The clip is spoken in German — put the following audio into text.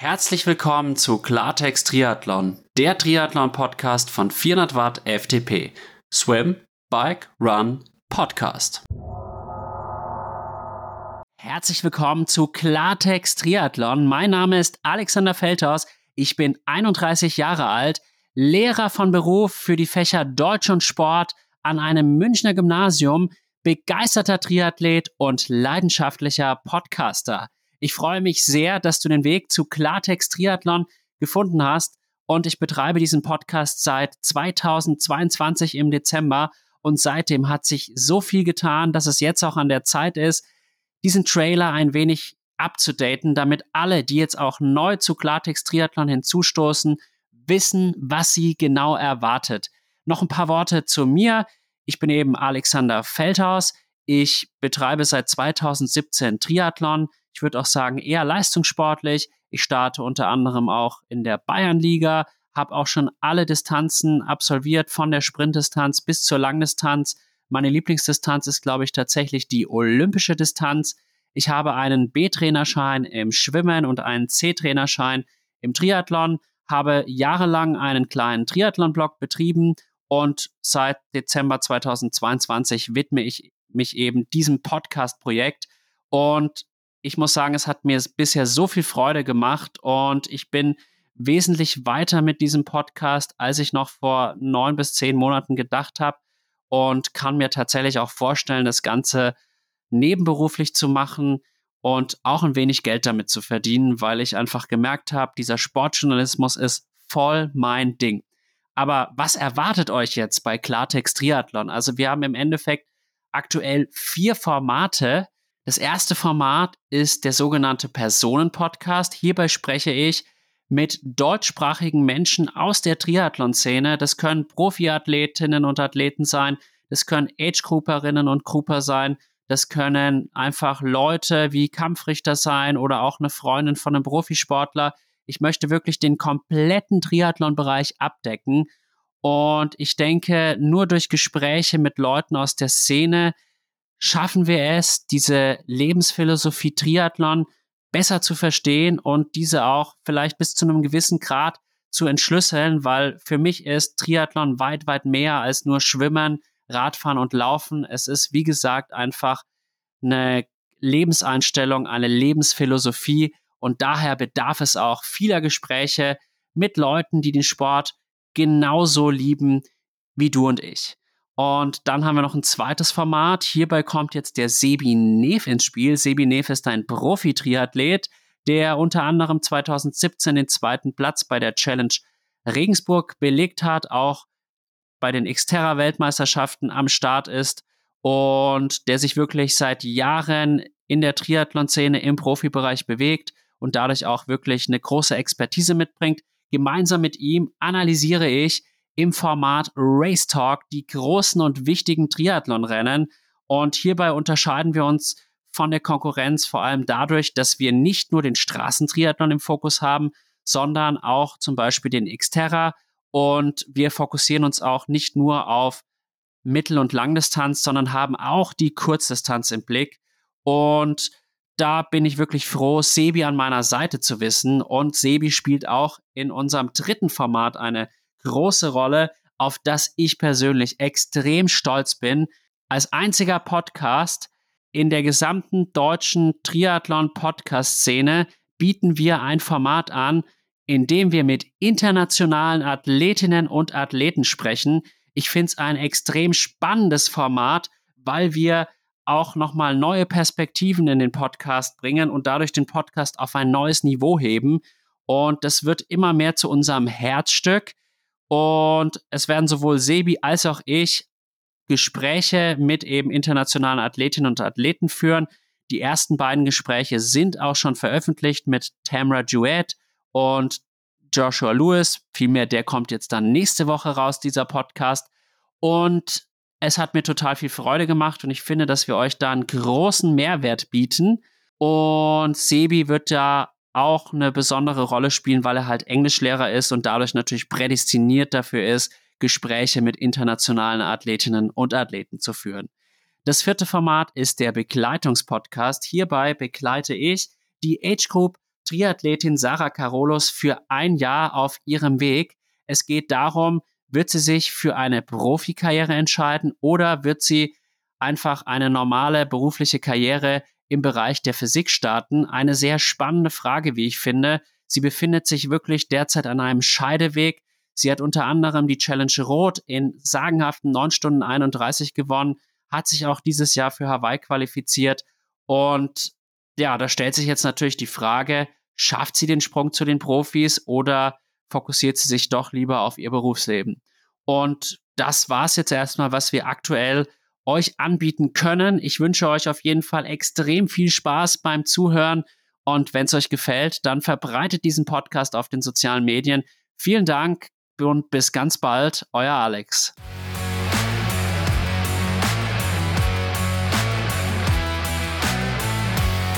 Herzlich willkommen zu Klartext Triathlon, der Triathlon-Podcast von 400 Watt FTP. Swim, Bike, Run, Podcast. Herzlich willkommen zu Klartext Triathlon. Mein Name ist Alexander Feldhaus. Ich bin 31 Jahre alt, Lehrer von Beruf für die Fächer Deutsch und Sport an einem Münchner Gymnasium, begeisterter Triathlet und leidenschaftlicher Podcaster. Ich freue mich sehr, dass du den Weg zu Klartext Triathlon gefunden hast und ich betreibe diesen Podcast seit 2022 im Dezember und seitdem hat sich so viel getan, dass es jetzt auch an der Zeit ist, diesen Trailer ein wenig abzudaten, damit alle, die jetzt auch neu zu Klartext Triathlon hinzustoßen, wissen, was sie genau erwartet. Noch ein paar Worte zu mir. Ich bin eben Alexander Feldhaus. Ich betreibe seit 2017 Triathlon. Ich würde auch sagen, eher leistungssportlich. Ich starte unter anderem auch in der Bayernliga, habe auch schon alle Distanzen absolviert, von der Sprintdistanz bis zur Langdistanz. Meine Lieblingsdistanz ist, glaube ich, tatsächlich die olympische Distanz. Ich habe einen B-Trainerschein im Schwimmen und einen C-Trainerschein im Triathlon, habe jahrelang einen kleinen Triathlon-Blog betrieben und seit Dezember 2022 widme ich mich eben diesem Podcast-Projekt und ich muss sagen, es hat mir bisher so viel Freude gemacht und ich bin wesentlich weiter mit diesem Podcast, als ich noch vor 9 bis 10 Monaten gedacht habe und kann mir tatsächlich auch vorstellen, das Ganze nebenberuflich zu machen und auch ein wenig Geld damit zu verdienen, weil ich einfach gemerkt habe, dieser Sportjournalismus ist voll mein Ding. Aber was erwartet euch jetzt bei Klartext Triathlon? Also wir haben im Endeffekt aktuell 4 Formate. Das erste Format ist der sogenannte Personen-Podcast. Hierbei spreche ich mit deutschsprachigen Menschen aus der Triathlon-Szene. Das können Profiathletinnen und Athleten sein, das können Age-Grouperinnen und Grouper sein, das können einfach Leute wie Kampfrichter sein oder auch eine Freundin von einem Profisportler. Ich möchte wirklich den kompletten Triathlon-Bereich abdecken. Und ich denke, nur durch Gespräche mit Leuten aus der Szene schaffen wir es, diese Lebensphilosophie Triathlon besser zu verstehen und diese auch vielleicht bis zu einem gewissen Grad zu entschlüsseln, weil für mich ist Triathlon weit, weit mehr als nur Schwimmen, Radfahren und Laufen. Es ist, wie gesagt, einfach eine Lebenseinstellung, eine Lebensphilosophie und daher bedarf es auch vieler Gespräche mit Leuten, die den Sport genauso lieben wie du und ich. Und dann haben wir noch ein zweites Format. Hierbei kommt jetzt der Sebi Neef ins Spiel. Sebi Neef ist ein Profi-Triathlet, der unter anderem 2017 den 2. Platz bei der Challenge Regensburg belegt hat, auch bei den Xterra-Weltmeisterschaften am Start ist und der sich wirklich seit Jahren in der Triathlon-Szene im Profibereich bewegt und dadurch auch wirklich eine große Expertise mitbringt. Gemeinsam mit ihm analysiere ich im Format Race Talk die großen und wichtigen Triathlon-Rennen. Und hierbei unterscheiden wir uns von der Konkurrenz vor allem dadurch, dass wir nicht nur den Straßentriathlon im Fokus haben, sondern auch zum Beispiel den Xterra. Und wir fokussieren uns auch nicht nur auf Mittel- und Langdistanz, sondern haben auch die Kurzdistanz im Blick. Und da bin ich wirklich froh, Sebi an meiner Seite zu wissen. Und Sebi spielt auch in unserem dritten Format eine große Rolle, auf das ich persönlich extrem stolz bin. Als einziger Podcast in der gesamten deutschen Triathlon-Podcast-Szene bieten wir ein Format an, in dem wir mit internationalen Athletinnen und Athleten sprechen. Ich finde es ein extrem spannendes Format, weil wir auch nochmal neue Perspektiven in den Podcast bringen und dadurch den Podcast auf ein neues Niveau heben. Und das wird immer mehr zu unserem Herzstück. Und es werden sowohl Sebi als auch ich Gespräche mit eben internationalen Athletinnen und Athleten führen. Die ersten beiden Gespräche sind auch schon veröffentlicht mit Tamra Jewett und Joshua Lewis. Vielmehr, der kommt jetzt dann nächste Woche raus, dieser Podcast. Und es hat mir total viel Freude gemacht und ich finde, dass wir euch da einen großen Mehrwert bieten. Und Sebi wird da auch eine besondere Rolle spielen, weil er halt Englischlehrer ist und dadurch natürlich prädestiniert dafür ist, Gespräche mit internationalen Athletinnen und Athleten zu führen. Das 4. Format ist der Begleitungspodcast. Hierbei begleite ich die Age Group Triathletin Sarah Carolus für ein Jahr auf ihrem Weg. Es geht darum, wird sie sich für eine Profikarriere entscheiden oder wird sie einfach eine normale berufliche Karriere im Bereich der Physik starten? Eine sehr spannende Frage, wie ich finde. Sie befindet sich wirklich derzeit an einem Scheideweg. Sie hat unter anderem die Challenge Rot in sagenhaften 9 Stunden 31 gewonnen, hat sich auch dieses Jahr für Hawaii qualifiziert. Und ja, da stellt sich jetzt natürlich die Frage, schafft sie den Sprung zu den Profis oder fokussiert sie sich doch lieber auf ihr Berufsleben? Und das war es jetzt erstmal, was wir aktuell euch anbieten können. Ich wünsche euch auf jeden Fall extrem viel Spaß beim Zuhören. Und wenn es euch gefällt, dann verbreitet diesen Podcast auf den sozialen Medien. Vielen Dank und bis ganz bald, euer Alex.